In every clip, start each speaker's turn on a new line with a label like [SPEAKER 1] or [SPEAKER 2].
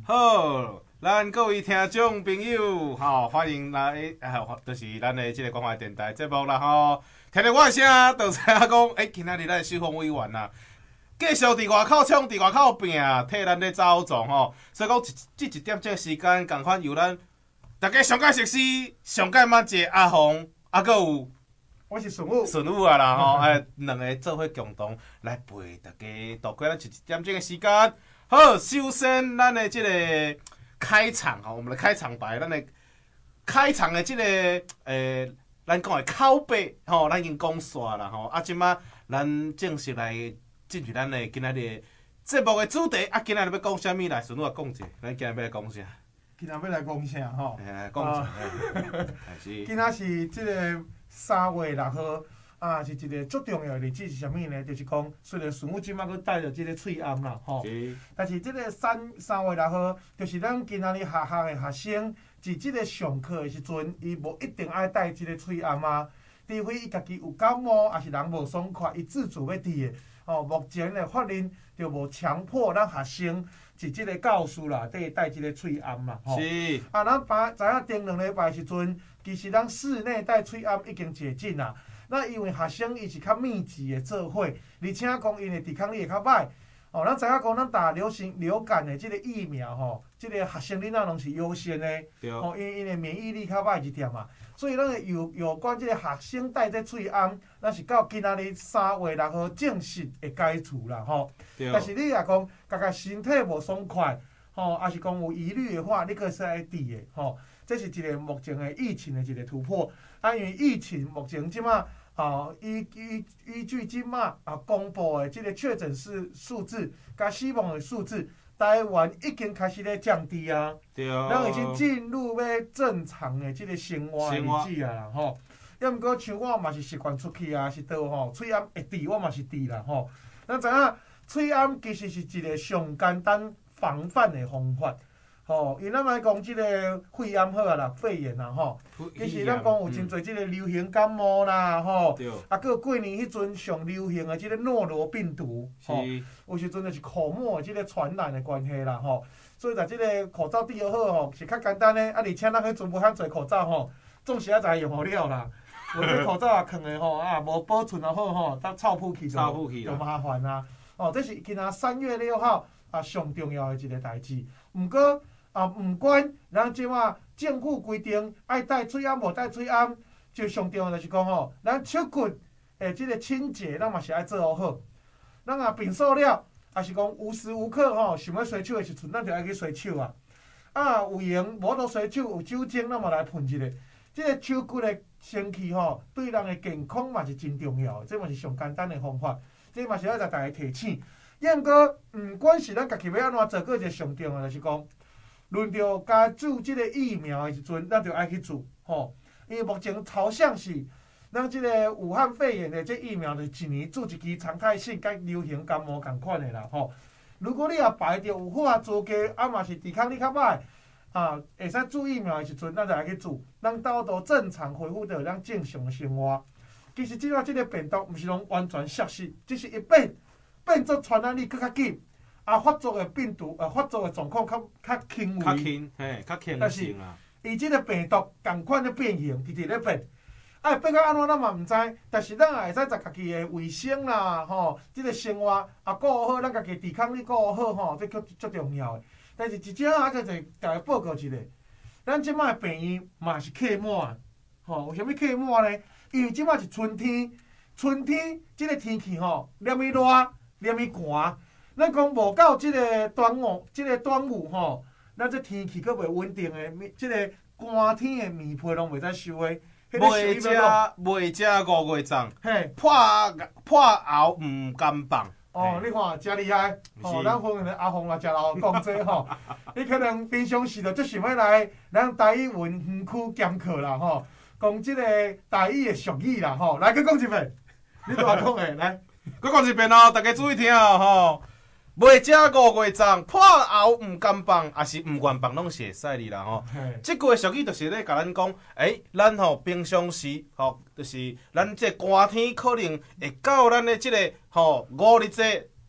[SPEAKER 1] 好，咱各位听众朋友，欢迎来，就是咱的这个关怀电台节目啦吼。听到我的声，就知影讲，今仔日咱的秀峰委员啦，继续伫外口冲，伫外口拼，替咱咧走总吼。所以讲，这一点钟时间，共款由咱大家上届熟悉、上届捌一阿红，搁有。
[SPEAKER 2] 我是顺武，
[SPEAKER 1] 顺武啊啦吼，两个做伙共同来陪大家度过咱一点钟的时间。好，首先咱的这个开场吼，我们的开场白，咱的开场的这个咱讲的口碑吼，咱已经讲煞啦吼。即马咱正式来进入咱的今仔日节目的主题。今仔日要讲啥物来？顺武讲者，咱今仔日要来讲啥？
[SPEAKER 2] 今仔要来讲啥吼？
[SPEAKER 1] 讲啥？是。
[SPEAKER 2] 今仔是这个3月6号是一个足重要的日子，是啥物呢？就是讲，虽然顺武即摆佫带着这个喙暗啦，吼，但是这个3月6号，就是咱今仔日下校的学生，伫这个上课的时阵，伊无一定爱带这个喙暗啊，除非伊家己有感冒，还是人无爽快，伊自主要伫的。目前的法令就无强迫咱学生是即个教师啦，带即个喙暗啦，吼。
[SPEAKER 1] 是。
[SPEAKER 2] 咱知影前2礼拜时阵，其实咱室内戴喙暗已经解禁啦。那因为学生伊是较密集的做伙，而且讲因的抵抗力会较歹。咱知影讲咱打流感的即个疫苗吼，即个学生囡仔拢是优先的。
[SPEAKER 1] 对。
[SPEAKER 2] 因的免疫力较歹一点嘛，所以咱有关即个学生戴这喙暗，咱是到今仔日3月6号正式会解除啦吼。但是你若讲家身体无爽快，还是讲有疑虑的话，你可以使爱戴的吼。这是一个目前的疫情的一个突破。因为疫情目前即马依据即马公布的即个确诊数字甲死亡的数字，台湾已经开始咧降低啊。
[SPEAKER 1] 对。
[SPEAKER 2] 咱已经进入要正常的即个生活的日子啊啦吼。要毋过像我嘛是习惯出去啊，是倒吼，喙暗会戴，我嘛是戴啦吼。咱知影喙暗其实是一个上简单防范的方法。因咱来讲即个肺炎好啊啦，肺炎啦吼。其实咱讲有真侪即个流行感冒啦吼，搁有过年迄阵上流行的即个诺罗病毒，有时阵就是口沫的即个传染的关系啦吼。所以在即个口罩戴好吼，是较简单的，而且咱迄阵无遐侪口罩吼，总是要知用好了啦。无这口罩啊，囥的吼无保存啊好吼，当臭扑去就麻烦啦。这是今仔3月6号上重要的一个代志。毋过毋管咱即马政府规定爱戴喙暗无戴喙暗，就上重要就是讲吼，咱手骨的即个清洁，咱嘛是爱做好。咱平素了，也是讲无时无刻吼想要洗手的时阵，咱就爱去洗手啊。有闲无都洗手，有酒精咱嘛来喷一下。即个手骨的清气吼，对人的健康嘛是真重要的，这嘛是上简单的方法，这嘛是要甲大家提醒。抑毋过，毋管是咱家己要安怎做，个一个上重要就是讲。轮到该注即个疫苗的时阵，咱就爱去注吼。因为目前朝向是咱即个武汉肺炎的这疫苗，就是1年注一支常态性，甲流行感冒共款的啦吼。如果你也排着有好资格，嘛是抵抗力较歹会使注疫苗的时阵，咱就爱去注，咱倒都正常恢复到咱正常的生活。其实即个病毒毋是拢完全消失，只是一变作传染力更较紧。发作的病毒，发作的状况较轻微，
[SPEAKER 1] 较轻性啊。
[SPEAKER 2] 伊即个病毒共款咧变形，直直咧变。变到安怎咱嘛毋知，但是咱也会使在家己的卫生啦，即个生活顾好，咱家己抵抗力顾好吼，这足重要的。但是一只个就甲伊报告一下，咱即摆的病院嘛是客满，为虾米客满呢？因为即摆是春天即个天气黏伊热，黏伊寒。咱讲无到即个端午吼，咱这天气佫袂稳定的，即个寒天的棉被拢袂使收的。
[SPEAKER 1] 袂食5月粽，破喉毋甘放。
[SPEAKER 2] 你看真厉害！咱欢迎阿凤来食老讲这吼，你可能平常时就想要来咱台语文园区兼课啦吼，讲即个台语的俗语啦吼，来，佮讲一遍，你拄仔讲的来，
[SPEAKER 1] 佮讲一遍哦，大家注意听哦吼。袂食5月粽，破喉毋甘放，也是毋愿放，拢是会使哩啦吼。即句俗语就是咧甲咱讲，咱吼平常时就是咱这寒天可能会到咱的即个5日节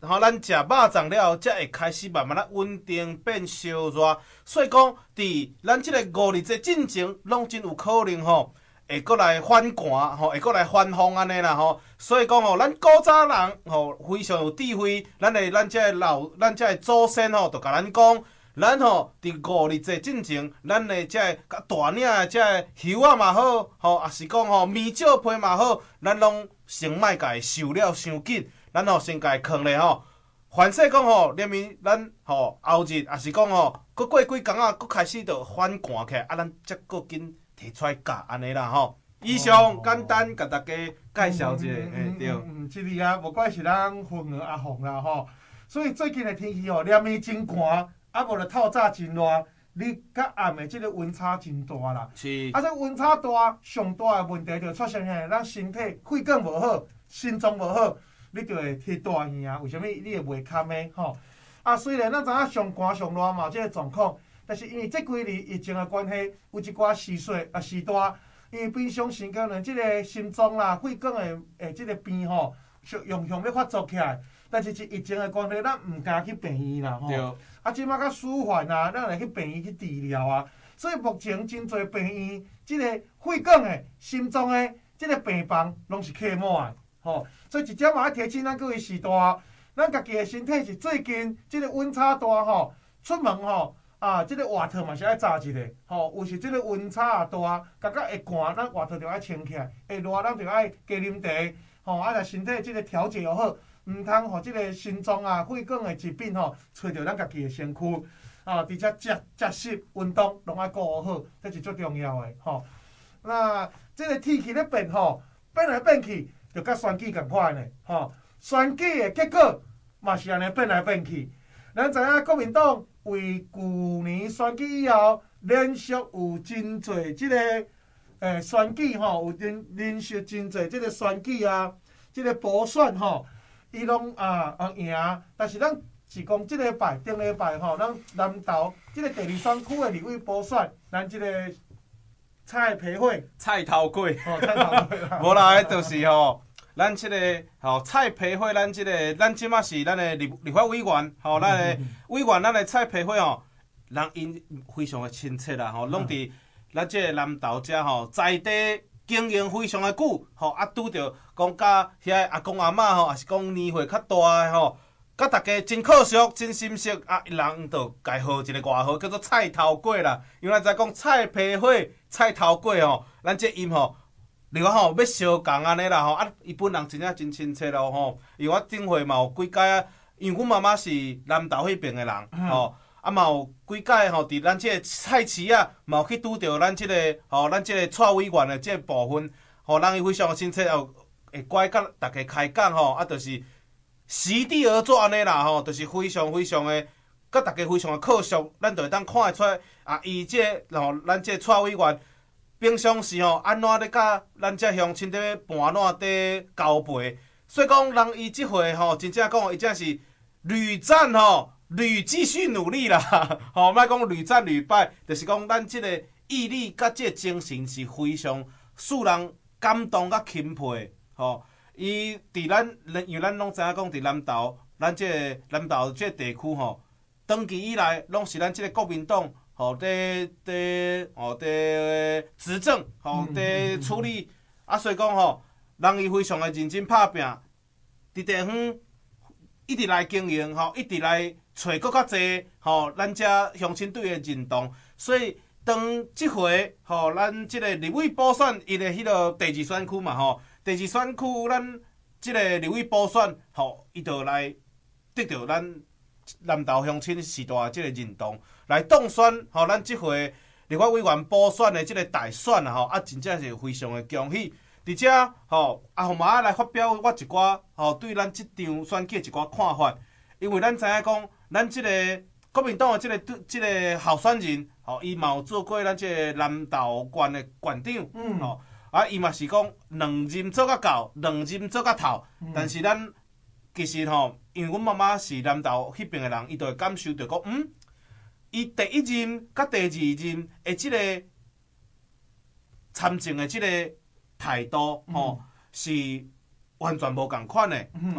[SPEAKER 1] 咱食肉粽了，才会开始慢慢啊稳定变烧热。所以讲，伫咱即个5日节进前，拢真有可能会过来反寒会过来反风安尼啦所以讲咱古早人非常有智慧，咱这个祖先就甲咱讲，咱伫5日节进前，咱的这个较大领的这个叶仔嘛好也是讲面椒皮嘛好，咱拢先莫家受了伤紧，咱先家藏咧凡说讲连面咱后日也是讲搁过几工搁开始就反寒起来，咱则搁紧摕出来教安尼啦以上简单甲大家介绍一下，对。
[SPEAKER 2] 是啊，无怪是咱云儿阿凤啦所以最近的天气连暝真寒，无就透早真热，日甲暗的即个温差真大啦。
[SPEAKER 1] 是。
[SPEAKER 2] 这温差大，上大的问题就出现喺咱身体血管无好，心脏无好，你就会摕大耳。为什么你会袂堪的虽然咱知影上寒上热嘛，即个状况，但是因为这几年疫情的关系，有一寡时大，因为平常时可能即个心脏啦、血管的即个病用要发作起来，但是疫情的关系，咱毋敢去病院啦即马较舒缓咱来去病院去治疗所以目前真侪病院，即个血管的、心脏的即个病房拢是客满的所以一点嘛要提醒咱各位时大，咱家己的身体是最近即个温差大出门即个外套嘛是爱扎一下有时即个温差大，感觉会寒，咱外套就爱穿起来；会热，咱就爱加啉茶来身体即个调节又好，毋通即个心脏血管的疾病找着咱家己的身躯而且食食运动拢爱顾好，这是最重要的那即个天气咧变变来变去，就甲选举共款的选举的结果嘛是安尼变来变去。咱知影国民党为旧年选举以后，连续有真侪即个选举有连续真侪即个选举即个补选伊拢赢，但是咱是讲即礼拜顶礼拜咱南投即个第2选区的立委补选，咱即个蔡培慧
[SPEAKER 1] 菜头粿
[SPEAKER 2] 菜头粿
[SPEAKER 1] 无啦，迄就是咱即个蔡培慧，咱即马是咱的立法委员咱的委员，咱的蔡培慧人因非常的亲切啦拢伫咱即个南投遮在地经营非常的久拄着讲甲遐阿公阿嬷也是讲年岁较大的甲大家真靠熟真心熟人就家号一个外号叫做菜头粿啦，因为咱知讲菜培慧菜头粿咱这音另外要相共安尼啦伊本人真正真亲切咯因为我顶回嘛有几届因为阮妈妈是南投迄边的人嘛有几届伫咱即个菜市嘛有去拄着咱即个咱即个蔡委员的即个部分人伊非常亲切会乖甲大家开讲就是席地而坐安尼啦就是非常非常的甲大家非常的靠熟，咱就会当看会出来伊即个咱即个蔡委员平常时安怎咧甲咱遮乡亲咧盘烂伫交陪，所以讲人伊即回真正讲伊真是屡战屡继续努力啦莫讲屡战屡败，就是讲咱即个毅力甲即个精神是非常使人感动甲钦佩伊伫因为咱拢知影讲伫南投，咱即个南投即个地区长期以来拢是咱即个国民党执政处理所以讲人伊非常的认真拍拼，伫地方一直来经营一直来找搁较济咱遮乡亲对的认同，所以当即回咱即个立委补选伊的迄个第2选区嘛第2选区咱即个立委补选伊就来得到咱南投乡亲时代即个认同，来当选咱即回立法委员补选的即个大选真正是非常的恭喜。伫遮阿红妈来发表我一寡对咱即场选举一寡看法，因为咱知影讲咱即个国民党的即个候选人伊嘛有做过咱即个南投县的县长伊嘛是讲2任做甲到2任做甲头但是咱其实因为阮妈妈是南投迄边的人，伊就会感受到讲伊第1任甲第2任的即个参政的即个态度是完全无共款的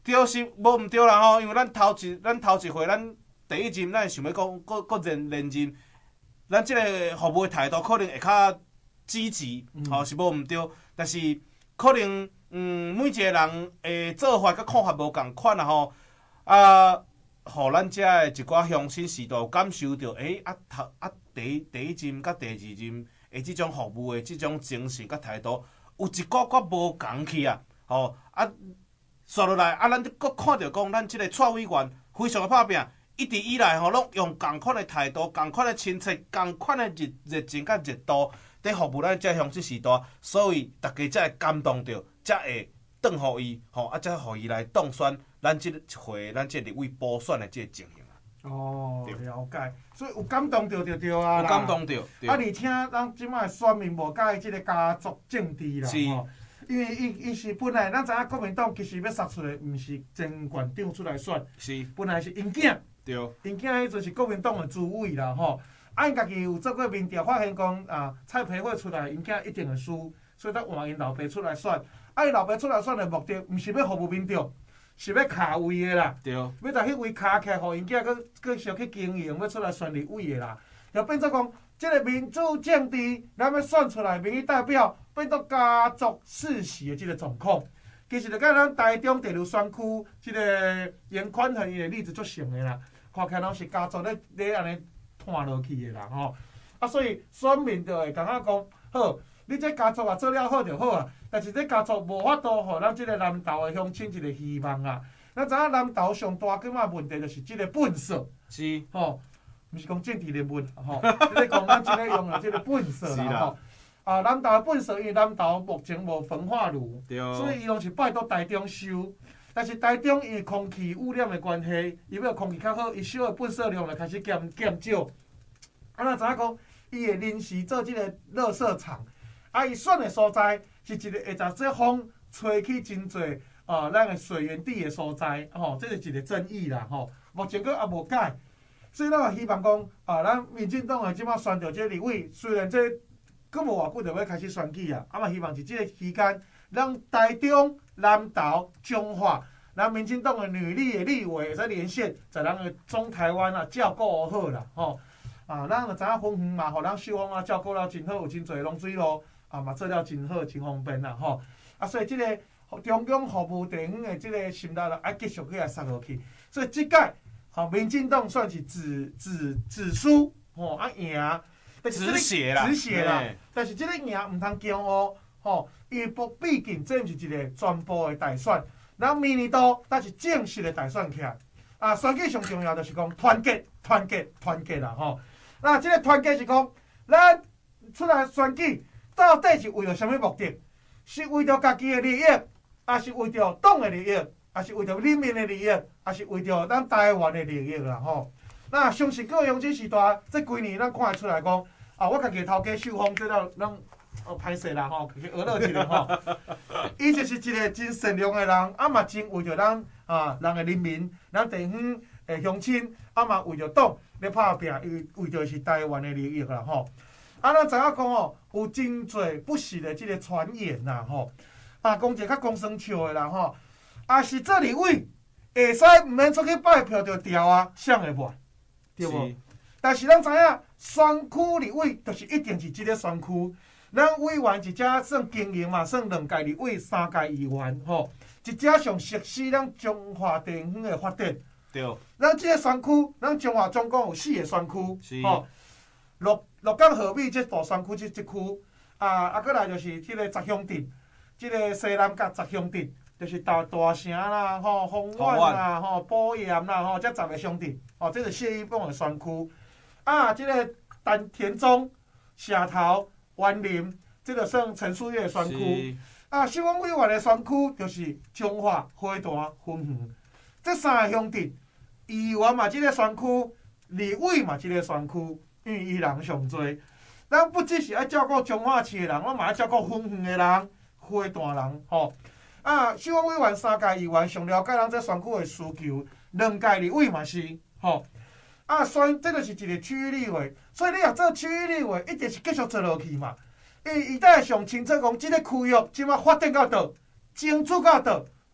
[SPEAKER 1] 对是无毋对啦吼，因为咱头一回，咱第一任咱想要讲搁连任，咱即个服务的态度可能会较积极，吼是无毋对，但是可能每一个人的做法甲看法无共款啦吼，互咱遮的一寡乡亲时代感受到，第一任甲第二任的即种服务的即种精神甲态度，有一个无共去啊，吼刷落来咱阁看到讲，咱即个蔡委员非常的拍拼，一直以来吼，拢用共款的态度、共款的亲切、共款的热情甲热度，伫服务咱遮乡亲时代，所以大家才会感动着，才会转互伊，才互伊来当选咱即一回咱即立委补选的即个情形。
[SPEAKER 2] 哦，了解，所以有感动着就对啊啦。
[SPEAKER 1] 有感动着。
[SPEAKER 2] 而且咱即摆选民无介意即个家族政治啦，吼。因为伊是本来咱知影国民党其实要杀出来，毋是前县长出来选，
[SPEAKER 1] 是
[SPEAKER 2] 本来是因囝，
[SPEAKER 1] 对，
[SPEAKER 2] 因囝迄阵是国民党的主委啦，吼。因家己有做过民调，发现讲蔡培慧出来，因囝一定会输，所以才换因老爸出来选。因老爸出来选的目的，毋是要服务民众，是要卡位的啦。
[SPEAKER 1] 对，
[SPEAKER 2] 要在迄位卡起来，互因囝搁小去经营，要出来选立委的啦。就变做讲，即个民主政治，咱要选出来民意代表。变做家族世袭的即个状况，其实就甲咱台中第二选区即个严宽恒伊的例子足像的啦，看起来拢是家族咧安尼拖落去的啦吼。所以选民就会感觉讲，好，你这家族做了好就好啊，但是这家族无法度互咱即个南投的乡亲一个希望啊。咱知影南投上大个嘛问题就是即个本色，
[SPEAKER 1] 是
[SPEAKER 2] 吼，毋是讲政治人物吼，即讲咱即个用的即个本色啦吼。南投的本色，因为南投目前无焚化炉，所以伊拢是拜托台中收。但是台中因为空气污染的关系，伊要空气较好，伊收的本色量就开始减少。咱知影讲，伊会临时做即个垃圾场，伊选的所在是一个会将这风吹去真侪咱的水源地的所在，这是一个争议啦，目前佫也无解，所以咱也希望讲，咱民进党的即摆选到这立委，虽然这佫无偌久就要开始选举啊！嘛希望是即个期间，让台中、南投、彰化，咱民进党的女力的立委会使连线，在咱的中台湾照顾好啦，咱就知影分园嘛，互咱秀芳照顾了真好，有真侪拢水路嘛做了真好，真方便啦，所以即个中央服务地方的即个心力爱继续去来杀落去。所以即届民进党算是止输，赢。
[SPEAKER 1] 止血啦，
[SPEAKER 2] 但是即个赢毋通骄傲，因为毕竟这毋是一个全部的大选，咱明年度才是正式的大选起来。选举上重要就是讲团结啦，那即个团结是讲，咱出来选举到底是为了什么目的？是为着家己的利益，还是为着党的利益，还是为着人民的利益，还是为着咱台湾的利益啦，那相信各乡亲时代，这几年咱看会出来讲，我家己头家秀芳做了，咱歹势啦去讹乐一下伊就是一个真善良的人，嘛真为着咱人的人民，咱地方的乡亲，嘛为着党咧拍拼，伊为着是台湾的利益啦咱知影讲有真侪不实的即个传言啦讲一个较公生笑的啦是这立委会使毋免出去拜票就调谁会袂？对无？但是咱知影，选区立委就是一定是即个选区。咱委员一只算经营嘛，算2届立委、3届议员，一只上熟悉咱中华地方的发展。
[SPEAKER 1] 对。
[SPEAKER 2] 咱即个选区，咱中华总共有4个选区，鹿港河尾这大选区这区，过来就是即个十乡镇，即个西南角十乡镇。就是大城啦，丰原啦，宝岩啦，这10个乡镇，这是谢依凤的选区。这个田中、社头、园林，这个算陈淑月的选区。秀芳委员的选区就是彰化、花坛、分园，这3个乡镇，议员嘛，这个选区，立委嘛，这个选区，因为伊人上多。咱不只是爱照顾彰化市的人，我嘛爱照顾分园的人、花坛人，秀芳委员3届议员上了解咱这选区的需求，2届立委嘛是，这就是一个区域立委，所以你若做区域立委，一定是继续做落去嘛。伊才会上清楚讲，即个区域即马发展到倒，争取到倒，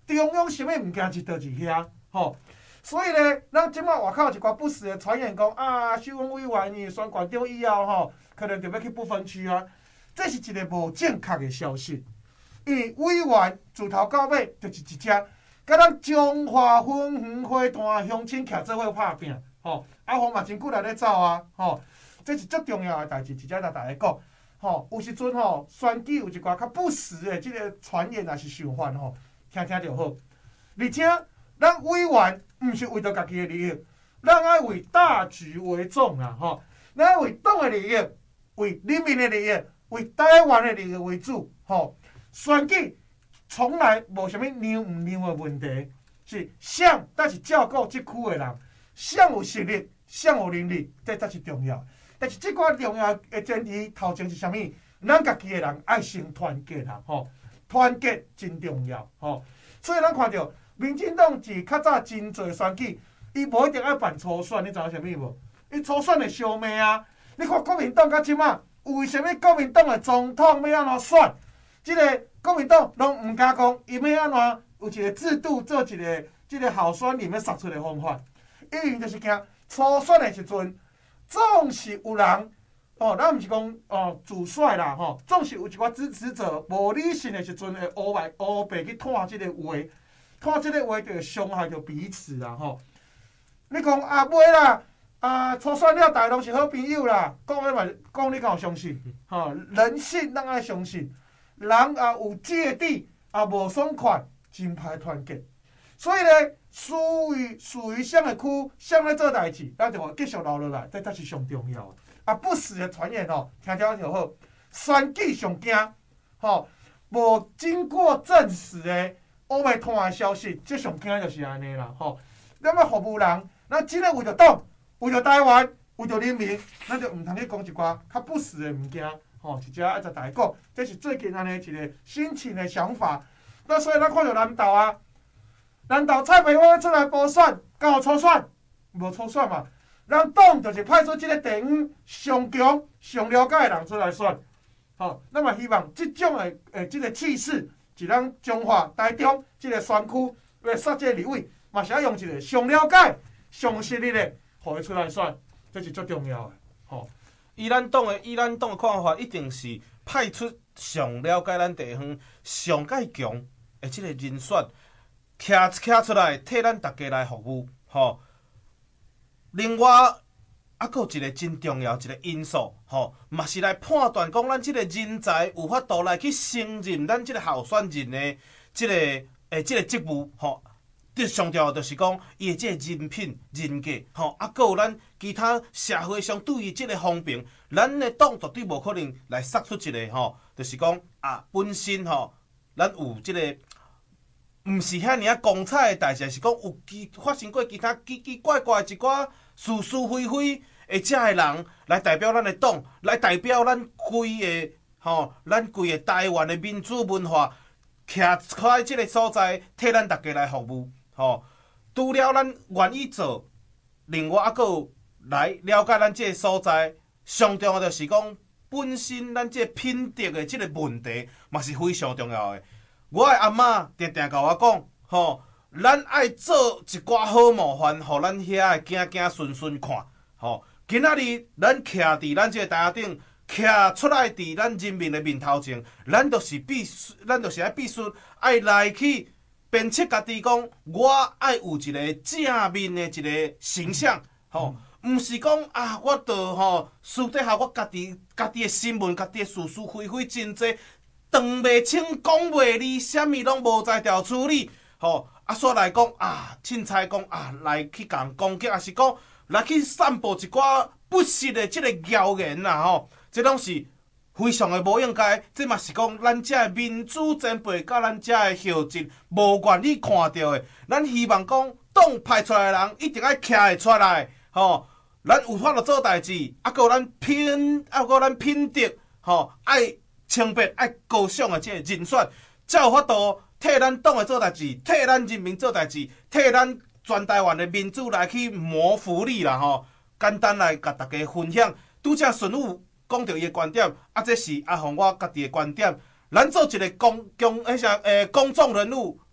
[SPEAKER 2] 中央什么物件是倒伫遐，吼。所以咧，咱即摆外口有一寡不实的传言讲啊，秀文委员伊选县长以后吼，可能就要去不分区啊，这是一个无正确的消息。因为委员自头到尾就是一只，甲咱中华粉圆花坛乡亲徛做伙拍拼，吼。阿红嘛真久来咧走啊，吼。这是最重要的代志，直接甲大家讲，吼。有时阵吼选举有一寡较不实的即个传言也是想法吼，听听就好。而且咱委员毋是为着家己的利益，咱爱为大局为重啦，吼！咱爱为党的利益、为人民的利益、为台湾的利益为主，吼！选举从来无啥物让毋让的问题，是谁才是照顾即区的人，谁有实力、谁有能力，这才是重要。但是即寡重要的前提头前是啥物？咱家己的人爱先团结啦，吼！团结真重要，吼！所以咱看到。民进党是较早真侪选举，伊无一定爱办初选，你知影啥物无？伊初选会烧命啊！你看国民党到即仔，为什么国民党的总统要安怎选？即个国民党拢毋敢讲，伊要安怎有一个制度做一个即个候选人要杀出的方法？因为就是惊初选的时阵，总是有人咱毋是讲自甩啦吼，总是有一寡支持者无理性的时阵会乌白去看即个话。看即个话就会伤害着彼此啦吼！你讲啊袂啦，初选了大拢是好朋友啦，讲你嘛讲你敢有相信？吼，人性咱爱相信，人啊有芥蒂啊无爽快，真歹团结。所以咧，属于谁的区，谁咧做代志，咱就继续留落来，这才是上重要的。啊，不实的传言吼，听听就好。选举上惊吼，无经过证实的。乌白通的消息，即上惊就是安尼啦，吼！咱要服务人，咱真诶为着党、为着台湾、为着人民，咱就毋通去讲一寡较不实诶物件，吼！直接爱在大家讲，这是最近安尼一个新情的想法。那所以咱看到南投啊，南投蔡培伟出来补选，敢有初选？无初选嘛？咱党就是派出即个地方上强、上了解诶人出来选，吼！咱嘛希望即种诶即个气势。是咱中华台中即个选区要杀这个立委，嘛是要用一个上了解、上实力的，互伊出来选，这是最重要的。吼，
[SPEAKER 1] 以咱党的看法，一定是派出上了解咱地方、上介强的即个人选，徛出来替咱大家来服务。吼，另外还佫有一个真重要一个因素，吼，嘛是来判断讲咱即个人才有法度来去胜任咱即个候选人的即个职务，吼。最上重要就是讲伊的即个人品、人格，吼，佫有咱其他社会上对伊即个风评，咱的党绝对无可能来杀出一个，吼，就是讲本身吼，咱有即个。毋是遐尔光彩的代志，是讲有发生过其他奇奇怪怪一寡是非非的遮的人来代表咱的党，来代表咱规个台湾的民主文化，徛在即个所在，替咱大家来服务。吼，除了咱愿意做，另外佫有来了解咱即个所在，上重要就是讲本身咱即个品德的即个问题，嘛是非常重要的。我的阿嬷定定甲我讲，吼，咱爱做一寡好模范，互咱遐的囝孙孙看，吼。今仔日咱徛伫咱即个台下顶，徛出来伫咱人民的面头前，咱就是必须爱来去鞭策家己讲，我爱有一个正面的一个形象，吼。毋是讲我着吼私底下我家己的新闻、家己的是非非真济。断袂清，讲袂利，啥物拢无在调处理，吼，煞来讲凊彩讲来去共攻击，也是讲来去散布一寡不实的即个谣言啦，吼，这拢是非常的无应该。这嘛是讲咱遮的民主前辈甲咱遮的后进无愿意看到的。咱希望讲党派出来的人一定爱徛会出来，吼，咱有法度做代志，佫有咱品德，吼，爱。清白爱高尚的即个人选，才有法度替咱党的做代志，替咱人民做代志，替咱全台湾的民主来去谋福利啦吼。简单来甲大家分享，拄则顺武讲到伊的观点，这是阿宏我家己的观点。咱做一个公众人物，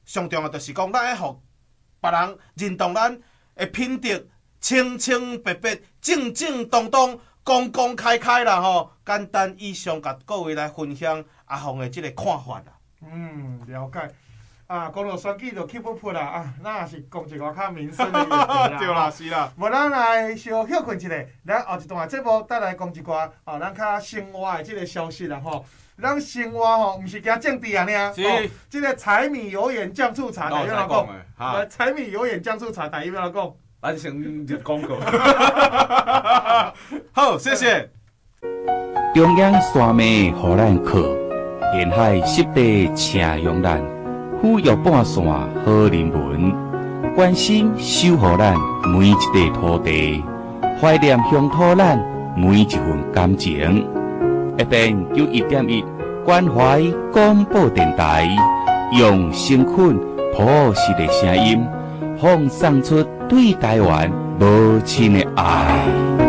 [SPEAKER 1] 上重要就是讲，咱要互别人认同咱的品德，清清白白、正正当当、公公开开啦吼。简单以上，甲各位来分享阿凤的即个看法啦。
[SPEAKER 2] 了解。啊，讲到选举就去不扑啦啊，咱也是讲一个较民生的议题啦。
[SPEAKER 1] 对啦，是啦。
[SPEAKER 2] 无咱来小休困一下，咱后一段节目再来讲一寡咱较生活的即个消息啦吼。咱生活吼，毋是惊政治啊尔，
[SPEAKER 1] 是。
[SPEAKER 2] 即个柴米油盐酱醋茶，台语要讲？
[SPEAKER 1] 哈，
[SPEAKER 2] 柴米油盐酱醋茶，台语要讲？
[SPEAKER 1] 咱先入广告。好，谢谢。
[SPEAKER 3] 中央山脉互咱靠，沿海湿地请用咱，俯约半线好人文，关心守护咱每一块土地，怀念乡土咱每一份感情。FM91.1关怀广播电台，用诚恳朴实的声音，放送出对台湾无尽的爱。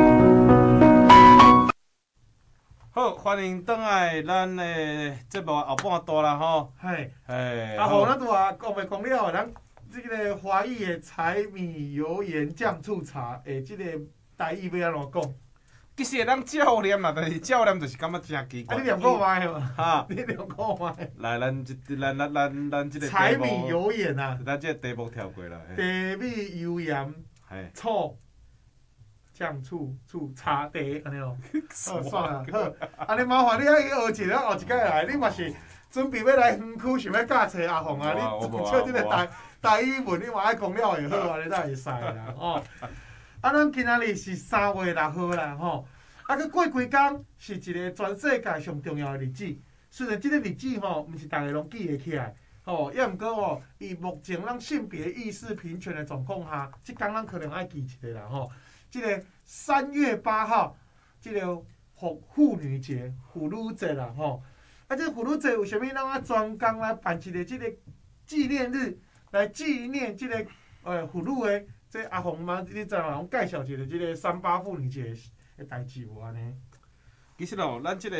[SPEAKER 1] 好，欢迎倒来咱的节目后半段啦吼。
[SPEAKER 2] 嘿，
[SPEAKER 1] 好，
[SPEAKER 2] 咱拄啊讲袂讲了，咱这个华语的柴米油盐酱醋茶的这个台语要安怎讲？
[SPEAKER 1] 其实咱照念啦，但是照念就是感觉真奇怪。
[SPEAKER 2] 你念过麦嘛？
[SPEAKER 1] 哈，
[SPEAKER 2] 你念过麦？
[SPEAKER 1] 来，咱这个
[SPEAKER 2] 柴米油盐啊，
[SPEAKER 1] 咱这个题目跳过啦。
[SPEAKER 2] 茶米油盐醋酱醋茶茶安尼哦。好，算啦，好，安尼麻烦你爱学一个，后一届来，你嘛是准备要来园区想要教册阿凤啊？你唱这个台语文，你嘛爱讲了会好，安尼才会使啦哦。咱今仔日是3月6号啦吼，佮过几天是一个全世界上重要的日子。虽然即个日子吼，毋是逐个拢记会起来，吼，也毋过吼，以目前咱性别意识平权的状况下，即天咱可能爱记一个啦吼。即个3月8号，即个妇女节、妇女节啦吼。啊，这妇女节为虾米咱专工来办一个即个纪念日，来纪念即个妇女的？这阿凤妈，你知影讲介绍一个即个3·8妇女节的代志无安尼？
[SPEAKER 1] 其实哦，咱即个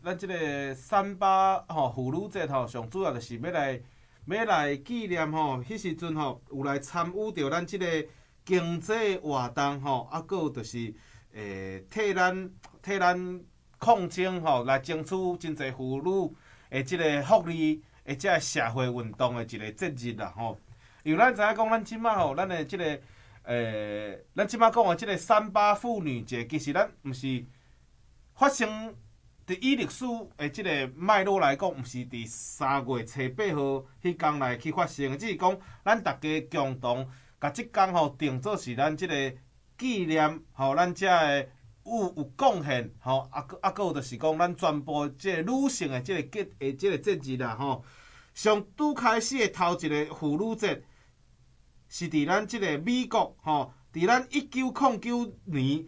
[SPEAKER 1] 3·8妇女节吼，上主要就是要来纪念吼，迄时阵吼有来参与着咱即个经济活动吼，啊，搁有就是替咱抗争吼，来争取真侪妇女的即个福利，或者社会运动的一个节日啦吼。因为咱知影讲，咱即摆吼，咱的即个咱即摆讲的即个3·8妇女节，其实咱毋是发生伫以历史的即个脉络来讲，毋是伫3月初8号迄天来去发生的，只是讲咱大家共同甲即天吼定做是咱即个纪念吼，咱遮的有贡献吼，搁有就是讲咱全部即个女性的即个节日啦吼。上拄开始的头一个妇女节。是伫咱即个美国吼，伫咱1909年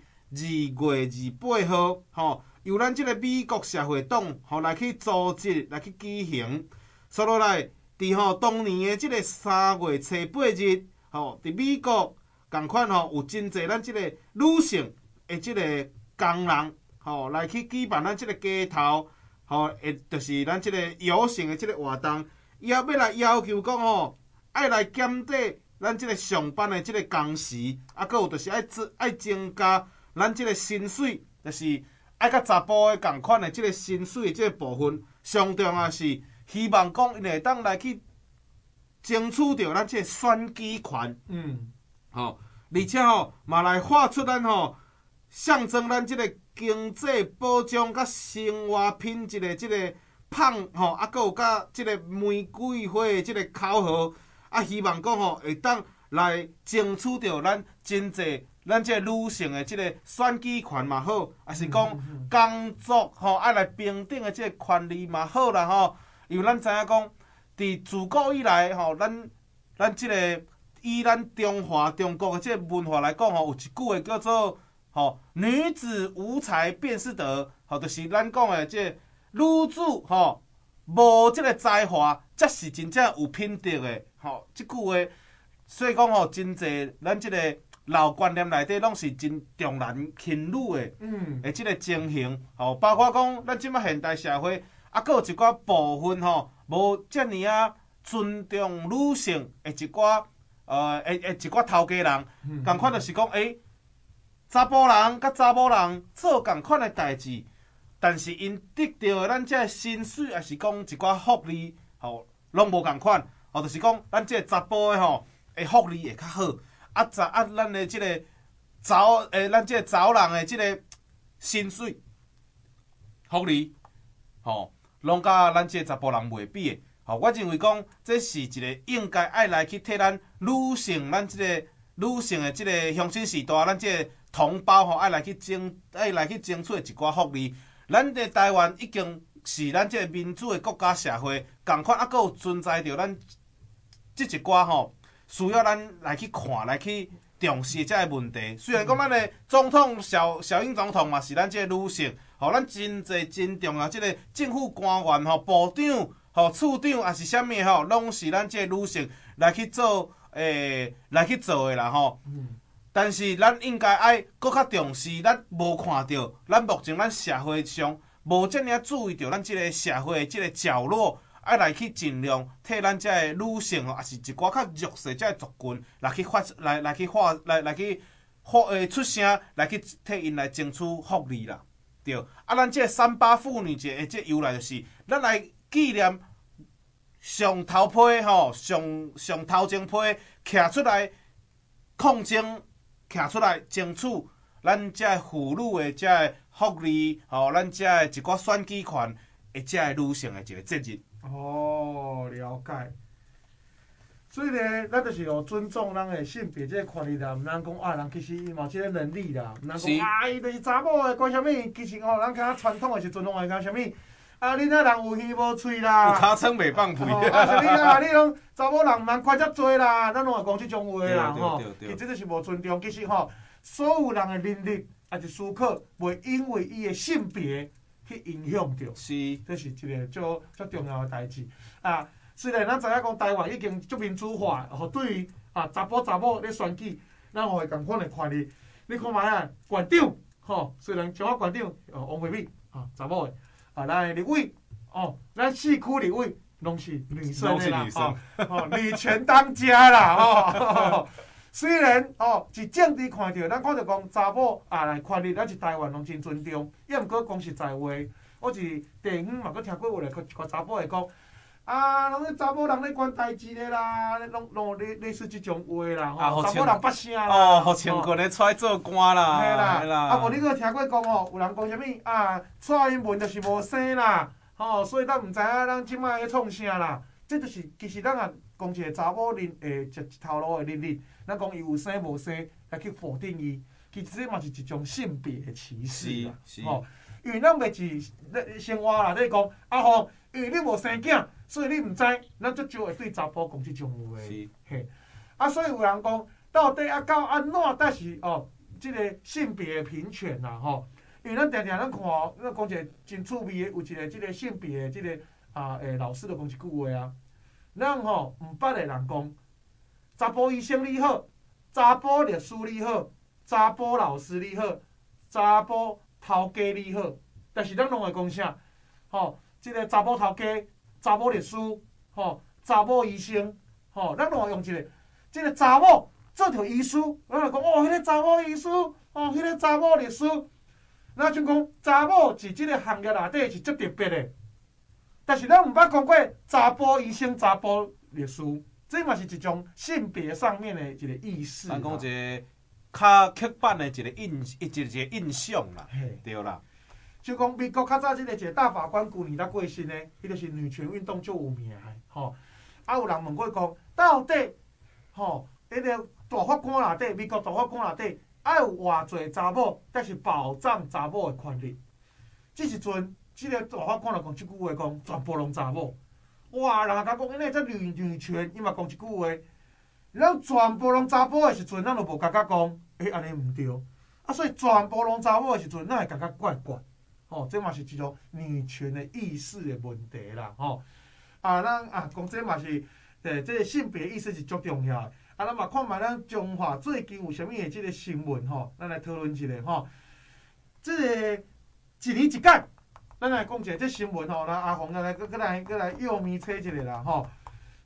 [SPEAKER 1] 2月28号吼，由咱即个美国社会党吼来去组织来去举行，所落来伫吼当年的即个3月初8日吼，伫美国共款吼有真侪咱即个女性的即个工人吼来去举办咱即个街头吼，就是咱即个游行的即个活动，要来要求讲吼，爱来减低。咱即个上班的即个工时，啊，搁有就是爱增加咱即个薪水，就是爱甲查甫的共款的即个薪水的即个部分。上重要是希望讲因会当来去争取到咱即个选举权，吼，而且吼嘛来画出咱吼象征咱即个经济保障甲生活品质的即个胖吼，啊，搁有甲即个玫瑰花的即个口号。啊，希望讲吼会当来争取到咱真济咱即个女性的即个选举权嘛好，也是讲工作吼爱来平等的即个权利嘛好啦吼。因为咱知影讲，伫自古以来吼，咱即个以咱中国的即个文化来讲吼，有一句话叫做吼女子无才便是德，吼就是咱讲的即个女子吼无即个才华，才是真正有品德的。吼，即句话，所以讲吼，真侪咱即个老观念内底，拢是真重男轻女的即个情形。吼，包括讲咱即摆现代社会，啊，佫有一寡部分吼，无遮尔啊尊重女性的一寡一寡头家人，共款就是讲查甫人甲查某人做共款的代志，但是因得到的咱这薪水，也是讲一寡福利，拢无共款，就是讲咱这查甫的的福利会较好，咱的即个咱这查某人的即个薪水福利，拢甲咱这查甫人袂比的。我认为讲，这是一个应该爱来去替咱女性，咱即个女性的即个乡亲时代，咱即个同胞爱来去争取一寡福利。咱的台湾已经是咱即个民主的国家社会，共款还佫有存在着咱即一寡需要咱来去看、来去重视的这个问题。虽然讲咱的总统小英总统嘛是咱即个女性，咱真侪真重要即个政府官员部长。处长也是啥物拢是咱即个女性来去做来去做的啦但是咱应该爱搁较重视，咱无看到咱目前咱社会上无遮尔注意到咱即个社会的即个角落，爱来去尽量替咱即个女性也是一寡较弱势即个族群来去出声，来去替因来争取福利啦。对，咱即个3·8妇女节的即个由来就是咱来纪念上头批上头前批徛出来抗争，徛出来争取咱遮妇女的遮福利，咱遮的一寡选举权的遮女性的一个节日。
[SPEAKER 2] 了解。所以呢，咱就是要尊重咱的性别这个权利啦，毋通讲人其实伊嘛有这个能力啦，毋通讲伊就是查某的，讲啥物？其实咱看传统的时阵，拢会讲啥物？恁遐人有耳无喙啦，
[SPEAKER 1] 有尻川袂放屁。
[SPEAKER 2] 啥物啦？你拢查某人毋通看遮多啦，咱拢会讲即种话啦其实这就是无尊重。其实所有人的能力也是思考，袂因为伊的性别去影响着。
[SPEAKER 1] 是，
[SPEAKER 2] 这是一个足重要的代志啊。虽然咱知影讲台湾已经足民主化，对于查某咧选举，咱会共款的权利。你看卖啊，县长虽然像我县长王惠美查某的咱的立委咱4区立委拢是女生的啦女权当家啦虽然是政治看到，咱看到讲查某来权利，咱是台湾拢真尊重。也毋过讲实在话，我是地方嘛，佫听过有一个查某会讲拢咧查某人咧管代志咧啦，拢类似即种话啦查某人发声啦
[SPEAKER 1] 互清棍咧出来做官啦，
[SPEAKER 2] 嘿啦无你佫听过讲有人讲啥物蔡英文就是无生啦所以咱毋知影咱即摆咧创啥啦。这就是其实咱讲一个查某人一头路的能力，咱讲伊有生无生来去否定伊，其实这嘛是一种性别的歧视啦。因为咱袂是生活啦，你讲因为你无生囝，所以你毋知，咱足少会对查甫讲即种话。嘿，所以有人讲，到底到安怎才是即个性别的平权啦因为咱常常咱看咱讲一个真趣味的，有一个即个性别的即个老师就讲一句话咱毋捌的人讲，查甫医生你好，查甫律师你好，查甫老师你好，查甫头家你好，但是咱拢会讲啥？即个查甫头家、查甫律师、查某医生，咱拢会用即个查某做着医师，咱会讲迄个查某医师，迄个查某律师。咱就讲查某是即个行业内底是足特别的，但是咱毋捌讲过查甫医生、查甫律师，这嘛是一种性别上面的一个意识。
[SPEAKER 1] 咱讲一个较刻板的一个印象啦，对啦。
[SPEAKER 2] 就讲美国较早即个一个大法官旧年才过身的，迄就是女权运动足有名的有人问过讲，到底迄个大法官内底，美国大法官内底。爱有偌侪查某，才是保障查某的权利。即时阵，即个大法官就讲即句话，讲全部拢查某。哇！人甲讲，因为这女权，伊嘛讲一句话，咱全部拢查甫的时阵，咱就无感觉讲，安尼毋对。所以全部拢查某的时阵，咱会感觉怪怪。这嘛是一种女权的意识的问题啦。咱讲这嘛是，这个性别意识是足重要的。咱嘛看卖咱中华最近有啥物的即个新闻咱来讨论一下即个一年一届，咱来讲一下这新闻咱阿红来幼咪找一下啦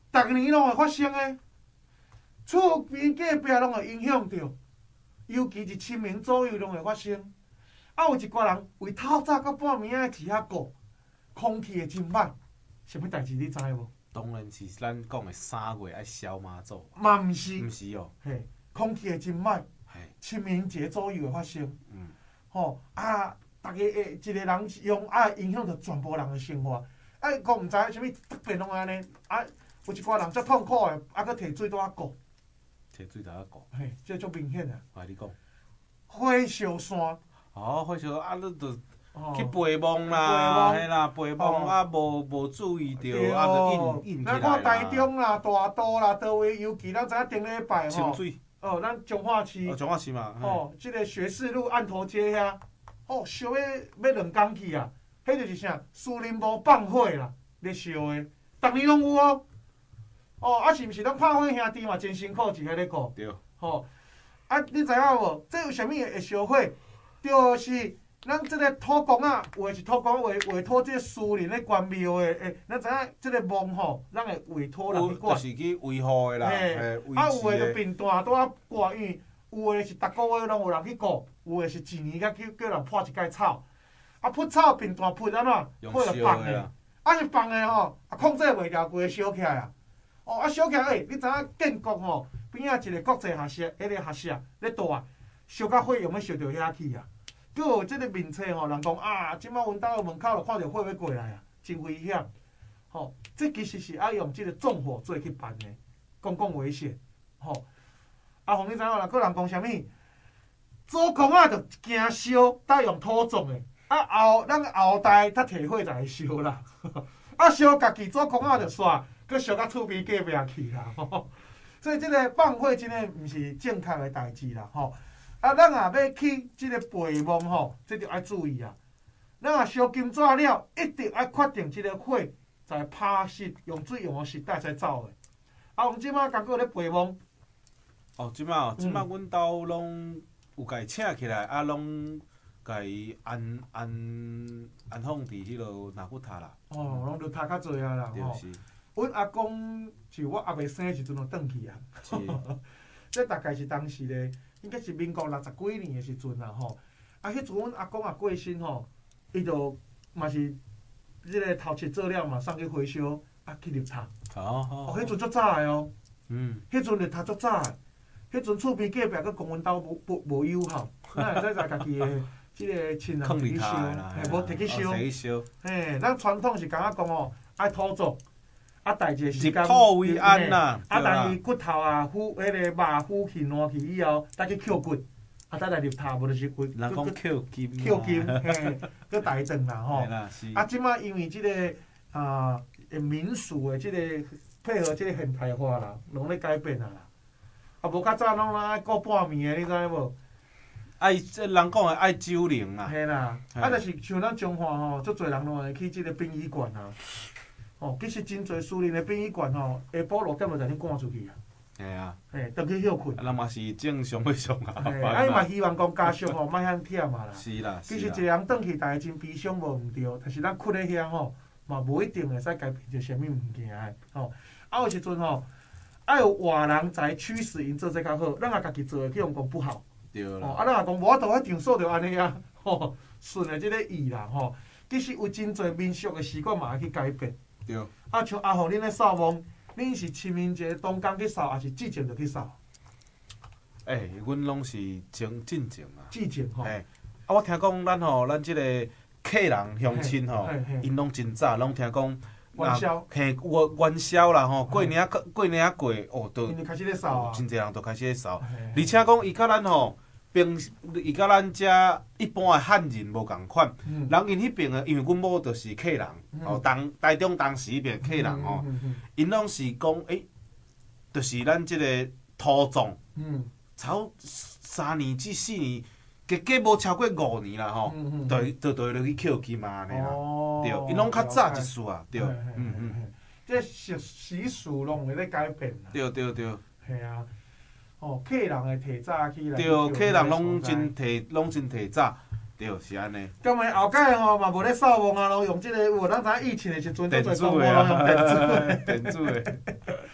[SPEAKER 2] 逐年拢会发生诶，厝边隔壁拢会影响着，尤其是清明左右拢会发生。啊，有一寡人为透早到半暝仔起遐顾，空气会真歹。啥物代志你知无？
[SPEAKER 1] 当然是咱讲的3月爱烧妈祖，
[SPEAKER 2] 嘛毋是，
[SPEAKER 1] 毋是哦，
[SPEAKER 2] 嘿，空气会真歹，
[SPEAKER 1] 嘿，
[SPEAKER 2] 清明节左右会发生。
[SPEAKER 1] 嗯，
[SPEAKER 2] 吼啊，逐个会一个人用啊，影响着全部人的生活。啊，讲毋知啥物特别拢安尼，啊，有一寡人足痛苦的，啊，搁摕水倒啊顾，
[SPEAKER 1] 摕水倒啊顾，
[SPEAKER 2] 嘿，这足明显啊。
[SPEAKER 1] 我甲你讲，
[SPEAKER 2] 火烧山，
[SPEAKER 1] 哦，火烧啊，你著
[SPEAKER 2] 哦
[SPEAKER 1] 去陪梦啦，嘿啦，陪梦啊，无注意着，啊，就印起来
[SPEAKER 2] 咱看台
[SPEAKER 1] 啦。
[SPEAKER 2] 中啦、大肚啦，倒位，尤其咱知影顶礼拜吼，
[SPEAKER 1] 清水，
[SPEAKER 2] 哦，咱彰化市，
[SPEAKER 1] 彰化市嘛，
[SPEAKER 2] 哦，即个学士路案头街遐，哦，烧要2工去啊，迄就是啥？树林无放火啦，咧烧的，逐年拢有哦。哦，啊，是毋是咱拍火兄弟嘛真辛苦，一个咧顾。
[SPEAKER 1] 对，
[SPEAKER 2] 吼，啊，你知影无？这有啥物会烧火？就是咱即个土公仔，有诶是土公委托即个私人咧关庙诶，咱知影即个墓吼，咱会委托人去
[SPEAKER 1] 就
[SPEAKER 2] 管。
[SPEAKER 1] 是去维护的啦，
[SPEAKER 2] 嘿，
[SPEAKER 1] 维
[SPEAKER 2] 啊，有
[SPEAKER 1] 持的。
[SPEAKER 2] 诶就便大拄啊挂，因为有诶是逐个月拢有人去顾，有诶是一年甲叫人破一届草。啊，扑草便大扑安怎？
[SPEAKER 1] 用
[SPEAKER 2] 火就
[SPEAKER 1] 烧的啦
[SPEAKER 2] 放诶，啊是放诶吼，啊控制袂牢，规个烧起来啊。哦，啊烧起来，你知影建国吼边仔一个国际学社，迄个学社咧大，烧甲火用要烧到遐去啊。佮有即个面册吼，人讲啊，即摆阮兜诶门口就看到火要过来啊，真危险。吼，这其实是爱用即个纵火罪去办诶，公共危险。吼，啊，互你知影啦，个人讲啥物？祖公仔就惊烧，带用土种诶。啊咱后代才摕火才会烧啦。啊烧家己祖公仔就煞，佮烧到厝边隔壁去啦。所以即个放火真诶毋是正确诶代志啦。吼，啊咱若要去即个陪墓吼，这着爱注意啊。咱若烧金纸了，一定爱确定即个火才拍熄，用水用实带才走诶。啊，阮即摆刚过咧陪墓。
[SPEAKER 1] 哦，即摆阮兜拢有家请起来，啊，拢家己安放伫迄落纳骨塔啦。
[SPEAKER 2] 哦，拢就读较济啊啦。吼，
[SPEAKER 1] 对是。
[SPEAKER 2] 阮阿公是我还袂生诶时阵就转去啊。
[SPEAKER 1] 是。
[SPEAKER 2] 这大概是当时咧，应该是民国60几年诶时阵啦吼。啊，迄阵阮阿公也过身吼，伊就嘛是即个头七做了嘛，送去回收啊去入塔。
[SPEAKER 1] 哦，
[SPEAKER 2] 迄阵足早诶哦。
[SPEAKER 1] 嗯。
[SPEAKER 2] 迄阵入塔足早诶，迄阵厝边隔壁佮公阮兜无友好，咱会使在家己诶即个亲人摕去烧，嘿，无摕去烧。嘿，咱传统是感觉讲哦，爱土葬。啊，大一个时间
[SPEAKER 1] 入土为安啦，
[SPEAKER 2] 啊，但伊骨头啊、腐迄个肉腐去烂去以后，再去捡骨，啊，再来入塔，无就是骨。
[SPEAKER 1] 人讲捡金。
[SPEAKER 2] 捡金，嘿，佮大阵啦吼。啊，即摆因为即个民俗的即个配合即个现代化啦，拢咧改变啊啦。啊，无较早拢爱过半暝的，你知影无？
[SPEAKER 1] 爱即人讲的爱酒灵啦。
[SPEAKER 2] 嘿啦，啊，就是像咱彰化吼，足侪人拢会去即个殡仪馆啊。哦，其实真侪私人的殡仪馆吼，下晡6点就将你赶出去啊。
[SPEAKER 1] 系啊。
[SPEAKER 2] 嘿，倒去休困。
[SPEAKER 1] 咱嘛是正常要上下班。
[SPEAKER 2] 啊，伊嘛希望讲家属吼，莫遐忝啊啦。
[SPEAKER 1] 是啦。
[SPEAKER 2] 其实一个人倒去，大家真悲伤无毋对，但是咱困咧遐吼，嘛无一定会使改变着啥物物件诶。吼，啊有时阵吼，爱有外人才驱使因做这较好，咱也家己做诶，去用讲不好。
[SPEAKER 1] 对啦。
[SPEAKER 2] 啊，咱也讲无法度迄场所就安尼啊，吼，顺着即个意啦，吼。其实有真侪民俗诶习惯嘛爱去改变。
[SPEAKER 1] 对。
[SPEAKER 2] 啊，像阿虎恁咧扫墓，恁是清明节当天去扫，还是之前就去扫？
[SPEAKER 1] 阮拢是进前啊。
[SPEAKER 2] 之前吼。
[SPEAKER 1] 啊，我听讲咱即个客人乡亲吼，因拢真早拢听讲。
[SPEAKER 2] 元宵。
[SPEAKER 1] 嘿，元宵啦吼，过年过，哦，都。
[SPEAKER 2] 因为开始咧扫啊。
[SPEAKER 1] 真侪人都开始咧扫，而且讲伊甲咱吼。伊甲咱遮一般的汉人无共款，人因迄边的，因为阮某就是客人，哦，台中当时迄边客人吼，因拢是讲，就是咱即个土葬，超3年至4年，加无超过5年啦吼，就会落去捡金嘛安尼啦，对，因拢较早一丝啊，对，
[SPEAKER 2] 这习俗拢会咧改变啦，
[SPEAKER 1] 对，
[SPEAKER 2] 系啊。哦，客人会提早起来。
[SPEAKER 1] 对，客人拢真提早，对，是安尼。
[SPEAKER 2] 咁咪后盖吼嘛无咧扫墓啊，拢用即个，有咱知影疫情的时阵，
[SPEAKER 1] 电子的
[SPEAKER 2] 用电子的。
[SPEAKER 1] 电子的。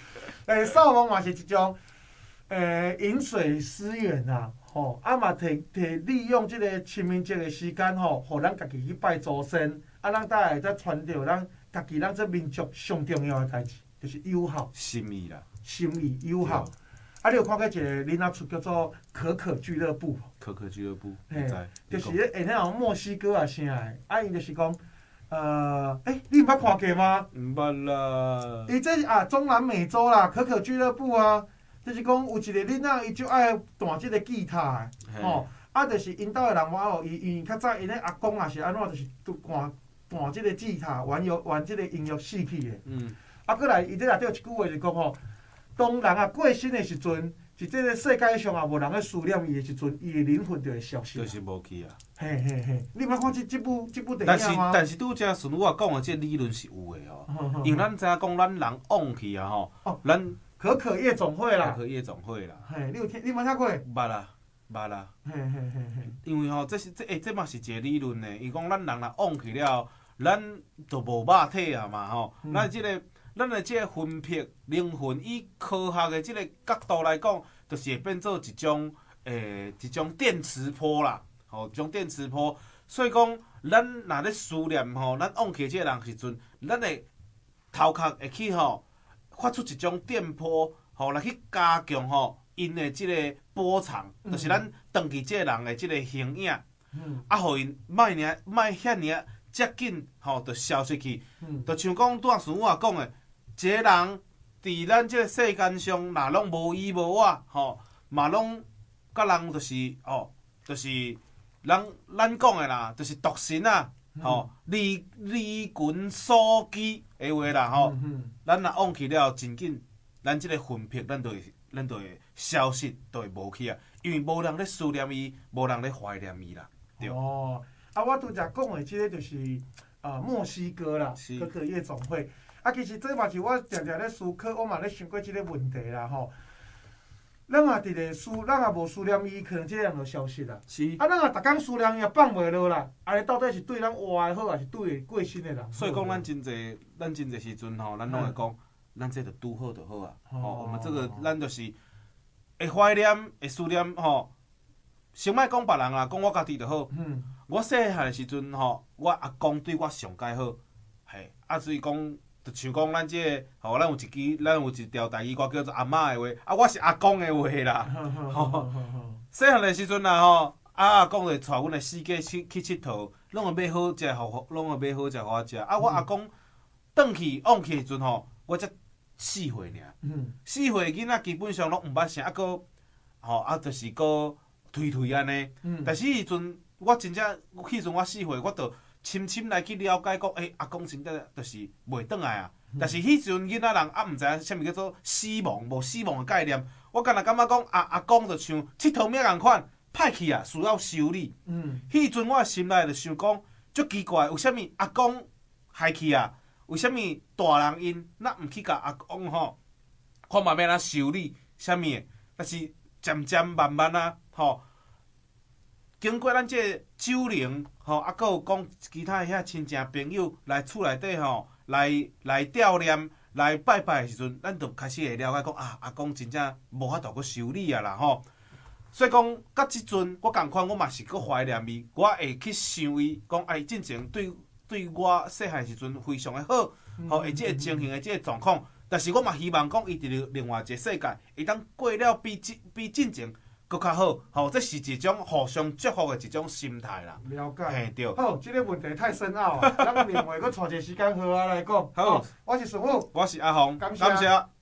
[SPEAKER 2] 扫墓嘛是一种饮水思源啊，吼，啊嘛摕利用即个清明节的时间吼，互咱家己去拜祖先，啊，咱才会再传着咱家己咱这民族上重要的代志，就是友好。
[SPEAKER 1] 心意啦，
[SPEAKER 2] 心意友好。啊，你有看过一个囡仔出叫做可可俱乐部？
[SPEAKER 1] 可可俱乐部，
[SPEAKER 2] 嘿
[SPEAKER 1] 知，
[SPEAKER 2] 就是咧那种墨西哥啊啥的，啊，伊就是讲，你毋捌看过吗？
[SPEAKER 1] 毋捌啦。
[SPEAKER 2] 伊这中南美洲啦，可可俱乐部啊，就是讲有一个囡仔，伊就爱弹即个吉他的，吼，啊，就是因兜的人话吼，伊较早因咧阿公也是安怎，就是弹即个吉他，玩即个音乐戏曲的。啊，过来伊这内底有一句话就讲吼，当人啊过身的时阵，是这个世界上啊无人咧思念伊的时阵，伊的灵魂就会消失。
[SPEAKER 1] 就是无去啊。
[SPEAKER 2] 嘿嘿嘿，你捌看这部电影吗？
[SPEAKER 1] 但是拄则顺我讲的这理论是有的哦，因为咱知影讲咱人往去啊吼，咱
[SPEAKER 2] 可可夜总会啦，
[SPEAKER 1] 可可夜总会啦。
[SPEAKER 2] 嘿，你有听过？
[SPEAKER 1] 捌啦，捌啦。
[SPEAKER 2] 嘿嘿嘿嘿。
[SPEAKER 1] 因为吼，这嘛是一个理论呢。伊讲咱人若往去了，咱就无肉体啊嘛吼。咱的这个魂魄、灵魂，以科学的这个角度来讲，就是会变做一种电磁波啦，吼，一种电磁波。所以讲，咱若咧思念吼，咱往去这个人时阵，咱的头壳会去吼发出一种电波，吼来去加强吼因的这个波长，就是咱长去这个人的这个形影，互因莫遐尔接紧吼，就消失去。就像讲拄仔顺我讲的。一个人伫咱即个世间上，若拢无依无我，吼，嘛拢甲人就是咱讲的啦，就是独身啊，吼，离群所居的话啦，吼，咱若往去了，真紧，咱即个魂魄，咱就会消失，就会无去啊，因为无人咧思念伊，无人咧怀念伊啦，对。
[SPEAKER 2] 哦，我拄则讲的即个就是墨西哥啦，可可夜总会。其实这嘛是我常常咧思考，我嘛咧想过即个问题啦吼。咱也伫咧咱也无思念伊，可能即个人就消失啦。
[SPEAKER 1] 是。
[SPEAKER 2] 咱也逐工思念伊，也放袂落啦。尼到底是对咱活的好，还是对过身的人好？
[SPEAKER 1] 所以讲，咱真侪时阵吼，咱拢会讲，咱这就拄好就好啊。吼，我们这个咱就是会怀念、会思念吼。先莫讲别人啦，讲我家己就好。我细汉的时阵吼，我阿公对我上介好，嘿，所以讲。就像讲咱即个，吼，咱有一条台语歌叫做阿嬷的话，我是阿公的话啦。吼，细汉的时阵啦，吼，阿公会带阮的四界去佚佗，拢会买好食，拢会买好食互我食。我阿公转去往去的时阵吼，我才4岁尔。4岁囡仔基本上拢毋捌啥，就是个推安尼。但是迄时阵，我真正迄时阵我4岁，我就。深来去了解讲，阿公真正就是袂转来啊。但是迄阵囡仔人毋知影啥物叫做死亡，无死亡的概念。我敢若感觉讲，阿公就像佚佗物共款，歹去啊，需要修理。迄阵我心内就想讲，足奇怪，为虾米阿公害去啊？为虾米大人因咱毋去甲阿公吼，看嘛要安怎修理啥物的？但是渐慢慢啊，吼。经过咱这个酒龄，吼，阁有讲其他遐亲戚朋友来厝内底吼，来悼念、来拜拜的时阵，咱就开始会了解讲阿公真正无法度去修理啊啦吼。所以讲，到即阵我共款，我嘛是阁怀念伊，我会去想伊，讲进前对我细汉时阵非常的好，吼，会即个情形的即个状况。但是我嘛希望讲伊伫了另外一个世界，会当过了比进前。搁较好，吼，这是一种互相祝福的一种心态啦。
[SPEAKER 2] 了解，
[SPEAKER 1] 嘿对。
[SPEAKER 2] 好，这个问题太深奥啊，咱另外搁找一个时间好好来讲。
[SPEAKER 1] 好，
[SPEAKER 2] 我是顺武，
[SPEAKER 1] 我是阿宏，
[SPEAKER 2] 感谢。